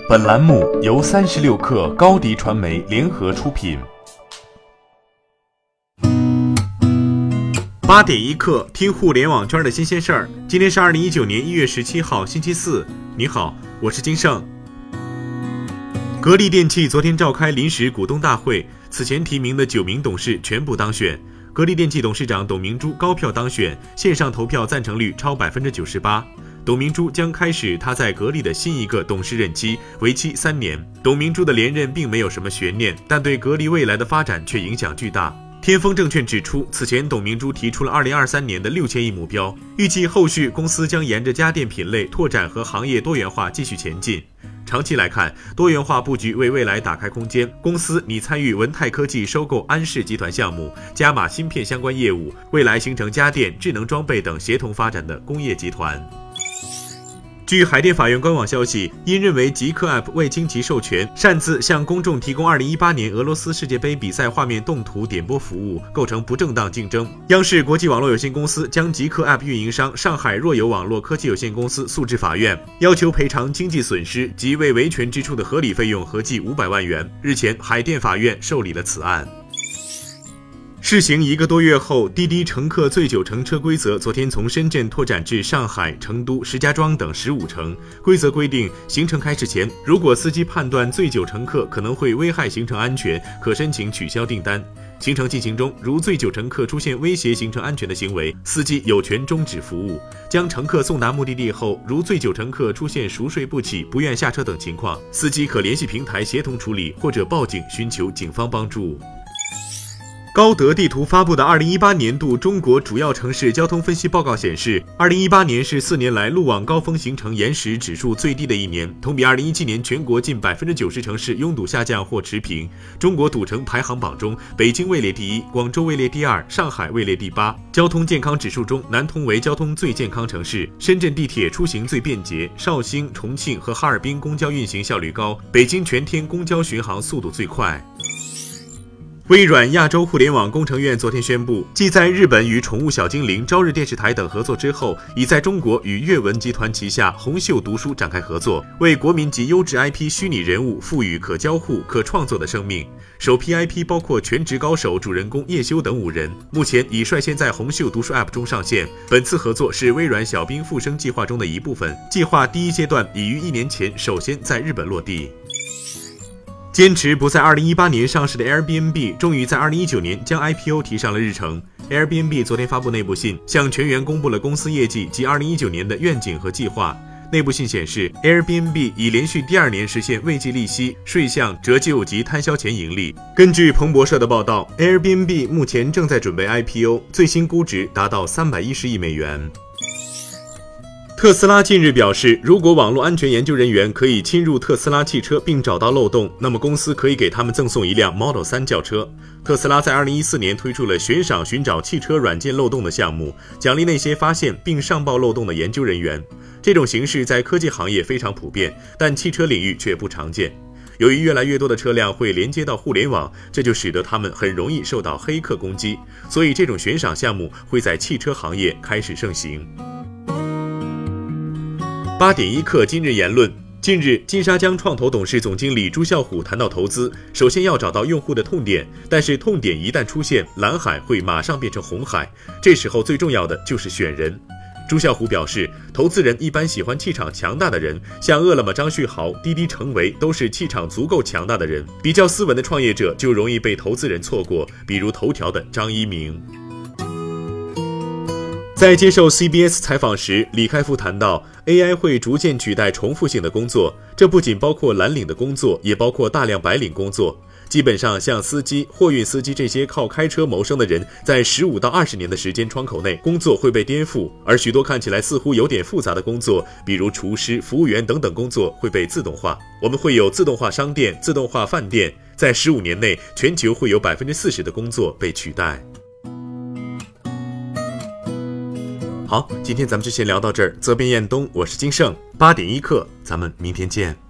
本栏目由36氪高迪传媒联合出品。 8点一刻，听互联网圈的新鲜事儿。今天是2019年1月17号，星期四。你好，我是金盛。格力电器昨天召开临时股东大会，此前提名的9名董事全部当选。格力电器董事长董明珠高票当选，线上投票赞成率超 98%。董明珠将开始她在格力的新一个董事任期，为期3年。董明珠的连任并没有什么悬念，但对格力未来的发展却影响巨大。天风证券指出，此前董明珠提出了2023年的6000亿目标，预计后续公司将沿着家电品类拓展和行业多元化继续前进。长期来看，多元化布局为未来打开空间。公司拟参与文泰科技收购安氏集团项目，加码芯片相关业务，未来形成家电、智能装备等协同发展的工业集团。据海淀法院官网消息，因认为极客 App 未经其授权，擅自向公众提供2018年俄罗斯世界杯比赛画面动图点播服务，构成不正当竞争。央视国际网络有限公司将极客 App 运营商上海若有网络科技有限公司诉至法院，要求赔偿经济损失及为维权支出的合理费用合计500万元。日前，海淀法院受理了此案。试行1个多月后，滴滴乘客醉酒乘车规则昨天从深圳拓展至上海、成都、石家庄等15城。规则规定，行程开始前，如果司机判断醉酒乘客可能会危害行程安全，可申请取消订单。行程进行中，如醉酒乘客出现威胁行程安全的行为，司机有权终止服务。将乘客送达目的地后，如醉酒乘客出现熟睡不起、不愿下车等情况，司机可联系平台协同处理，或者报警寻求警方帮助。高德地图发布的2018年度中国主要城市交通分析报告显示，2018年是4年来路网高峰行程延时指数最低的一年，同比2017年全国近90%城市拥堵下降或持平。中国堵城排行榜中，北京位列第1，广州位列第2，上海位列第8。交通健康指数中，南通为交通最健康城市，深圳地铁出行最便捷，绍兴、重庆和哈尔滨公交运行效率高，北京全天公交巡航速度最快。微软亚洲互联网工程院昨天宣布，继在日本与宠物小精灵、朝日电视台等合作之后，已在中国与阅文集团旗下红袖读书展开合作，为国民级优质 IP 虚拟人物赋予可交互、可创作的生命。首批 IP 包括全职高手主人公叶修等5人，目前已率先在红袖读书 App 中上线。本次合作是微软小兵复生计划中的一部分，计划第1阶段已于1年前首先在日本落地。坚持不在2018年上市的 Airbnb 终于在2019年将 IPO 提上了日程。Airbnb 昨天发布内部信，向全员公布了公司业绩及2019年的愿景和计划。内部信显示 ，Airbnb 已连续第2年实现未计利息、税项、折旧及摊销前盈利。根据彭博社的报道 ，Airbnb 目前正在准备 IPO， 最新估值达到310亿美元。特斯拉近日表示，如果网络安全研究人员可以侵入特斯拉汽车并找到漏洞，那么公司可以给他们赠送一辆 Model 3轿车。特斯拉在2014年推出了悬赏寻找汽车软件漏洞的项目，奖励那些发现并上报漏洞的研究人员。这种形式在科技行业非常普遍，但汽车领域却不常见。由于越来越多的车辆会连接到互联网，这就使得他们很容易受到黑客攻击，所以这种悬赏项目会在汽车行业开始盛行。8点一刻今日言论。近日，金沙江创投董事总经理朱啸虎谈到投资，首先要找到用户的痛点，但是痛点一旦出现，蓝海会马上变成红海，这时候最重要的就是选人。朱啸虎表示，投资人一般喜欢气场强大的人，像饿了么张旭豪、滴滴程维都是气场足够强大的人，比较斯文的创业者就容易被投资人错过，比如头条的张一鸣。在接受 CBS 采访时，李开复谈到 AI 会逐渐取代重复性的工作，这不仅包括蓝领的工作，也包括大量白领工作。基本上像司机、货运司机这些靠开车谋生的人，在15到20年的时间窗口内，工作会被颠覆，而许多看起来似乎有点复杂的工作，比如厨师、服务员等等工作会被自动化。我们会有自动化商店、自动化饭店，在15年内，全球会有40%的工作被取代。好，今天咱们就先聊到这儿。责编：彦东，我是金盛。8点一刻，咱们明天见。